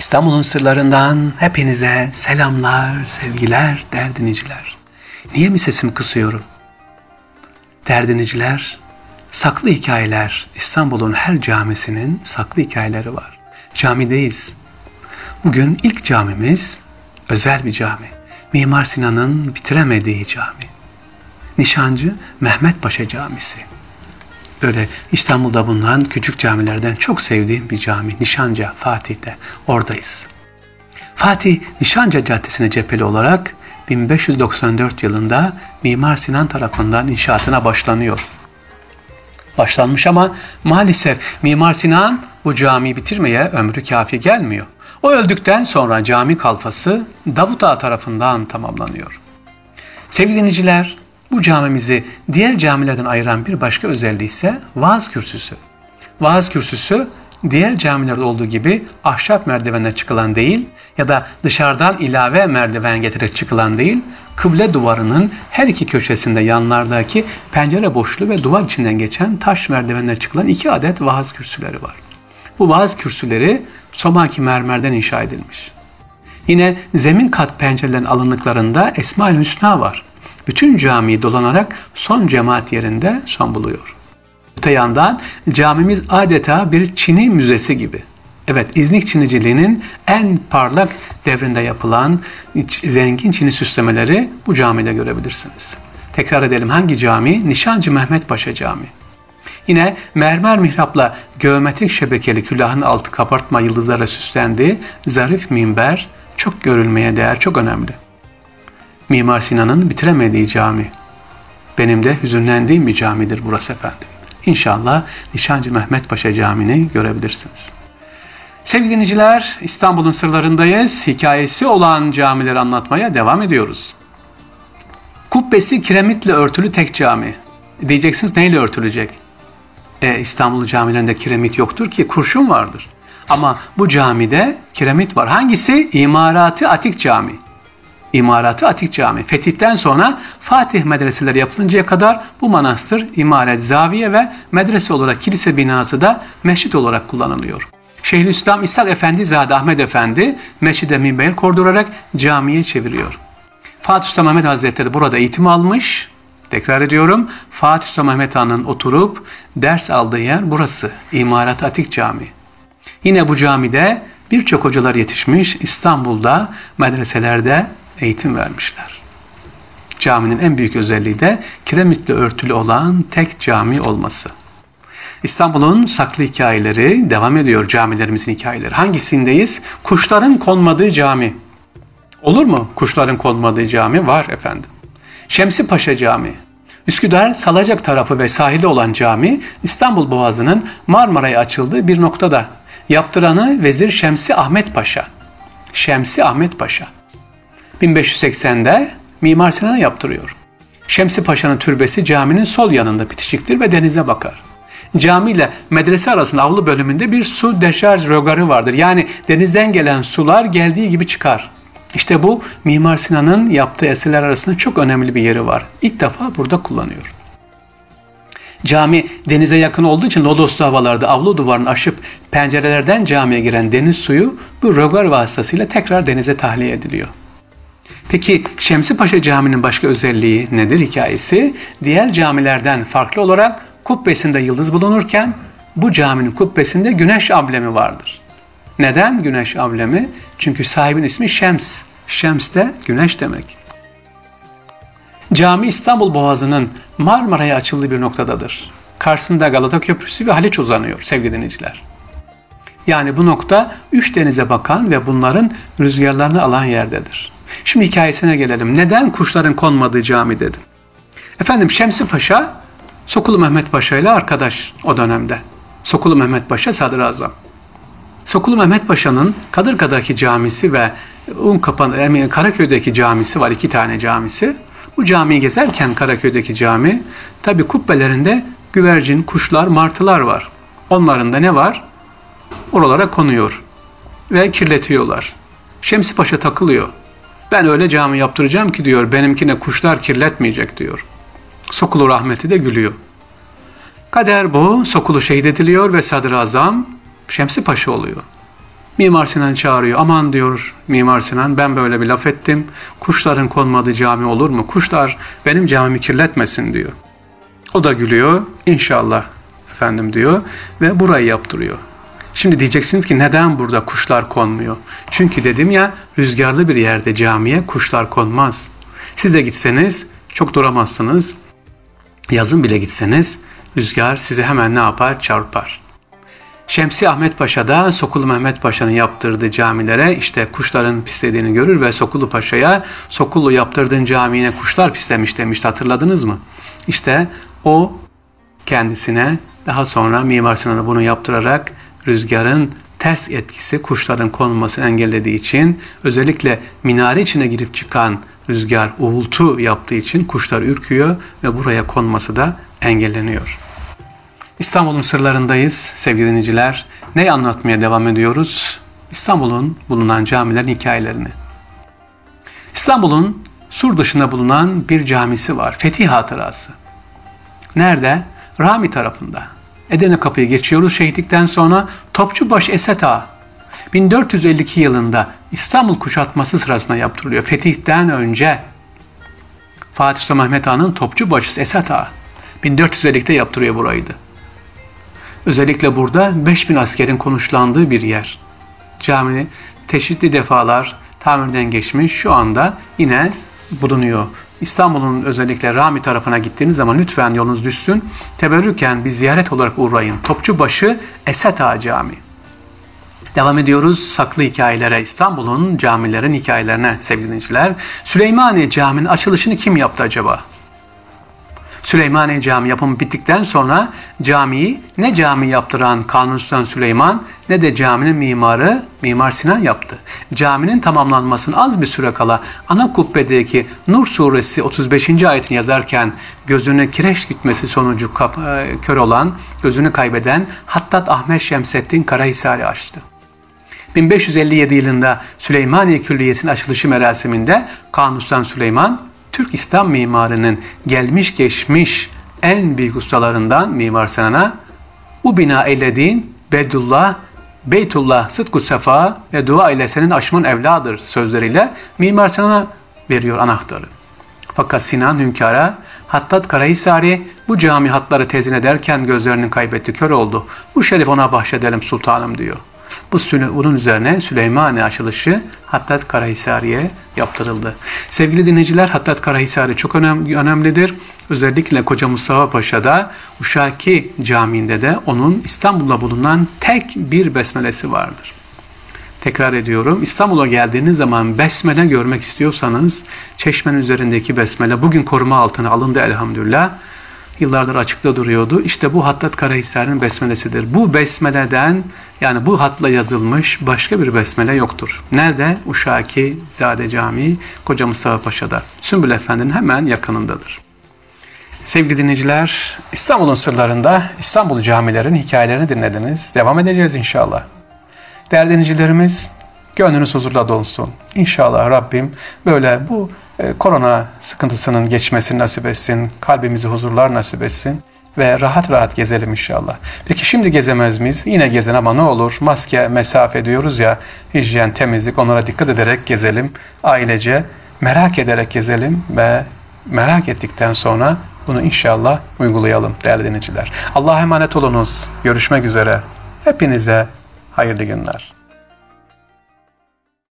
İstanbul'un sırlarından hepinize selamlar, sevgiler, değerli dinleyiciler. Niye mi sesimi kısıyorum? Değerli dinleyiciler, saklı hikayeler, İstanbul'un her camisinin saklı hikayeleri var. Camideyiz. Bugün ilk camimiz özel bir cami. Mimar Sinan'ın bitiremediği cami. Nişancı Mehmet Paşa Camisi. Böyle İstanbul'da bulunan küçük camilerden çok sevdiğim bir cami. Nişanca, Fatih'te. Oradayız. Fatih, Nişanca Caddesi'ne cepheli olarak 1594 yılında Mimar Sinan tarafından inşaatına başlanıyor. Başlanmış ama maalesef Mimar Sinan bu camiyi bitirmeye ömrü kafi gelmiyor. O öldükten sonra cami kalfası Davut Ağa tarafından tamamlanıyor. Sevgili dinleyiciler, bu camimizi diğer camilerden ayıran bir başka özelliği ise vaaz kürsüsü. Vaaz kürsüsü diğer camilerde olduğu gibi ahşap merdivenden çıkılan değil ya da dışarıdan ilave merdiven getirerek çıkılan değil, kıble duvarının her iki köşesinde yanlardaki pencere boşluğu ve duvar içinden geçen taş merdivenler çıkılan 2 adet vaaz kürsüleri var. Bu vaaz kürsüleri somaki mermerden inşa edilmiş. Yine zemin kat pencerelerin alınlıklarında Esma-ül Hüsna var. Bütün camiyi dolanarak son cemaat yerinde son buluyor. Öte yandan camimiz adeta bir Çini müzesi gibi. Evet, İznik Çiniciliğinin en parlak devrinde yapılan zengin Çini süslemeleri bu camide görebilirsiniz. Tekrar edelim, hangi cami? Nişancı Mehmet Paşa Camii. Yine mermer mihrapla geometrik şebekeli külahın altı kabartma yıldızlarla süslendiği zarif minber çok görülmeye değer, çok önemli. Mimar Sinan'ın bitiremediği cami. Benim de hüzünlendiğim bir camidir burası efendim. İnşallah Nişancı Mehmet Paşa Camii'ni görebilirsiniz. Sevgili dinleyiciler, İstanbul'un sırlarındayız. Hikayesi olan camileri anlatmaya devam ediyoruz. Kubbesi kiremitle örtülü tek cami. Diyeceksiniz, neyle örtülecek? İstanbul camilerinde kiremit yoktur ki, kurşun vardır. Ama bu camide kiremit var. Hangisi? İmarat-ı Atik Cami. İmarat-ı Atik Cami. Fetihten sonra Fatih medreseleri yapılıncaya kadar bu manastır imaret, zaviye ve medrese olarak, kilise binası da mescit olarak kullanılıyor. Şeyhülislam İshak Efendizade Ahmed Efendi mescide minber kordurarak camiye çeviriyor. Fatih Sultan Mehmet Hazretleri burada eğitim almış. Tekrar ediyorum, Fatih Sultan Mehmet Han'ın oturup ders aldığı yer burası. İmarat-ı Atik Cami. Yine bu camide birçok hocalar yetişmiş, İstanbul'da medreselerde eğitim vermişler. Caminin en büyük özelliği de kiremitle örtülü olan tek cami olması. İstanbul'un saklı hikayeleri devam ediyor, camilerimizin hikayeleri. Hangisindeyiz? Kuşların konmadığı cami. Olur mu? Kuşların konmadığı cami var efendim. Şemsi Paşa Camii. Üsküdar, Salacak tarafı ve sahilde olan cami, İstanbul Boğazı'nın Marmara'ya açıldığı bir noktada. Yaptıranı Vezir Şemsi Ahmet Paşa. Şemsi Ahmet Paşa. 1580'de Mimar Sinan'a yaptırıyor. Şemsi Paşa'nın türbesi caminin sol yanında bitişiktir ve denize bakar. Cami ile medrese arasında avlu bölümünde bir su deşarj rögarı vardır. Yani denizden gelen sular geldiği gibi çıkar. İşte bu Mimar Sinan'ın yaptığı eserler arasında çok önemli bir yeri var. İlk defa burada kullanıyor. Cami denize yakın olduğu için lodoslu havalarda avlu duvarını aşıp pencerelerden camiye giren deniz suyu bu rögar vasıtasıyla tekrar denize tahliye ediliyor. Peki Şemsi Paşa Camii'nin başka özelliği nedir, hikayesi? Diğer camilerden farklı olarak kubbesinde yıldız bulunurken bu caminin kubbesinde güneş amblemi vardır. Neden güneş amblemi? Çünkü sahibin ismi Şems. Şems de güneş demek. Cami İstanbul Boğazı'nın Marmara'ya açıldığı bir noktadadır. Karşısında Galata Köprüsü ve Haliç uzanıyor sevgili dinleyiciler. Yani bu nokta 3 denize bakan ve bunların rüzgarlarını alan yerdedir. Şimdi hikayesine gelelim. Neden kuşların konmadığı cami dedim? Efendim, Şemsi Paşa, Sokulu Mehmet Paşa ile arkadaş o dönemde. Sokulu Mehmet Paşa Sadrazam. Sokulu Mehmet Paşa'nın Kadırga'daki camisi ve Karaköy'deki camisi var, 2 tane camisi. Bu camiyi gezerken Karaköy'deki cami, tabi kubbelerinde güvercin, kuşlar, martılar var. Onların da ne var? Oralara konuyor ve kirletiyorlar. Şemsi Paşa takılıyor. Ben öyle cami yaptıracağım ki diyor, benimkine kuşlar kirletmeyecek diyor. Sokulu rahmeti de gülüyor. Kader bu, Sokulu şehit ediliyor ve Sadrazam Şemsi Paşa oluyor. Mimar Sinan çağırıyor. Aman diyor Mimar Sinan, ben böyle bir laf ettim. Kuşların konmadığı cami olur mu? Kuşlar benim camimi kirletmesin diyor. O da gülüyor. İnşallah efendim diyor ve burayı yaptırıyor. Şimdi diyeceksiniz ki neden burada kuşlar konmuyor? Çünkü dedim ya, rüzgarlı bir yerde camiye kuşlar konmaz. Siz de gitseniz çok duramazsınız. Yazın bile gitseniz rüzgar sizi hemen ne yapar? Çarpar. Şemsi Ahmet Paşa'da Sokulu Mehmet Paşa'nın yaptırdığı camilere işte kuşların pislediğini görür ve Sokulu Paşa'ya Sokulu yaptırdığın camiye kuşlar pislemiş demişti, hatırladınız mı? İşte o kendisine daha sonra Mimar Sinan'a bunu yaptırarak rüzgarın ters etkisi kuşların konulmasını engellediği için, özellikle minare içine girip çıkan rüzgar uğultu yaptığı için kuşlar ürküyor ve buraya konması da engelleniyor. İstanbul'un sırlarındayız sevgili dinleyiciler. Neyi anlatmaya devam ediyoruz? İstanbul'un bulunan camilerin hikayelerini. İstanbul'un sur dışında bulunan bir camisi var. Fetih Hatırası. Nerede? Rami tarafında. Edirne Kapı'yı geçiyoruz. Şehitlikten sonra Topçubaşı Esat Ağa 1452 yılında İstanbul kuşatması sırasında yaptırılıyor. Fetih'ten önce Fatih Sultan Mehmet Han'ın Topçubaşısı Esat Ağa 1452'de yaptırıyor burayı da. Özellikle burada 5000 askerin konuşlandığı bir yer. Cami çeşitli defalar tamirden geçmiş, şu anda yine bulunuyor. İstanbul'un özellikle Rami tarafına gittiğiniz zaman lütfen yolunuz düşsün. Teberrüken bir ziyaret olarak uğrayın. Topçubaşı Esat Ağa Camii. Devam ediyoruz saklı hikayelere, İstanbul'un camilerin hikayelerine sevgili dinleyiciler. Süleymaniye Camii'nin açılışını kim yaptı acaba? Süleymaniye Camii yapımı bittikten sonra camiyi ne cami yaptıran Kanuni Sultan Süleyman ne de caminin mimarı Mimar Sinan yaptı. Caminin tamamlanmasının az bir süre kala ana kubbedeki Nur suresi 35. ayetini yazarken gözünü kireç gitmesi sonucu kör olan, gözünü kaybeden Hattat Ahmet Şemseddin Karahisari açtı. 1557 yılında Süleymaniye Külliyesi'nin açılışı merasiminde Kanuni Sultan Süleyman, Türk İslam mimarının gelmiş geçmiş en büyük ustalarından Mimar Sinan'a bu bina eylediğin Beytullah sıdku sefa ve dua ile senin aşman evladır sözleriyle Mimar Sinan'a veriyor anahtarı. Fakat Sinan hünkâra Hattat Karahisari bu cami hatları tezin ederken gözlerini kaybetti, kör oldu. Bu şerif ona bahşedelim sultanım diyor. Bunun üzerine Süleymaniye açılışı Hattat Karahisari'ye yaptırıldı. Sevgili dinleyiciler, Hattat Karahisari çok önemlidir. Özellikle Koca Mustafa Paşa'da Uşaki Camii'nde de onun İstanbul'da bulunan tek bir besmelesi vardır. Tekrar ediyorum, İstanbul'a geldiğiniz zaman besmele görmek istiyorsanız Çeşme'nin üzerindeki besmele bugün koruma altına alındı elhamdülillah. Yıllardır açıkta duruyordu. İşte bu Hattat Karahisari'nin besmelesidir. Bu besmeleden, yani bu hatla yazılmış başka bir besmele yoktur. Nerede? Uşaki Zade Camii Koca Mustafa Paşa'da. Sümbül Efendi'nin hemen yakınındadır. Sevgili dinleyiciler, İstanbul'un sırlarında İstanbul camilerin hikayelerini dinlediniz. Devam edeceğiz inşallah. Değerli dinleyicilerimiz, gönlünüz huzurla dolsun. İnşallah Rabbim böyle bu korona sıkıntısının geçmesini nasip etsin. Kalbimizi huzurlar nasip etsin. Ve rahat rahat gezelim inşallah. Peki şimdi gezemez miyiz? Yine gezin ama ne olur maske, mesafe diyoruz ya, hijyen, temizlik, onlara dikkat ederek gezelim. Ailece merak ederek gezelim ve merak ettikten sonra bunu inşallah uygulayalım değerli dinleyiciler. Allah'a emanet olunuz. Görüşmek üzere. Hepinize hayırlı günler.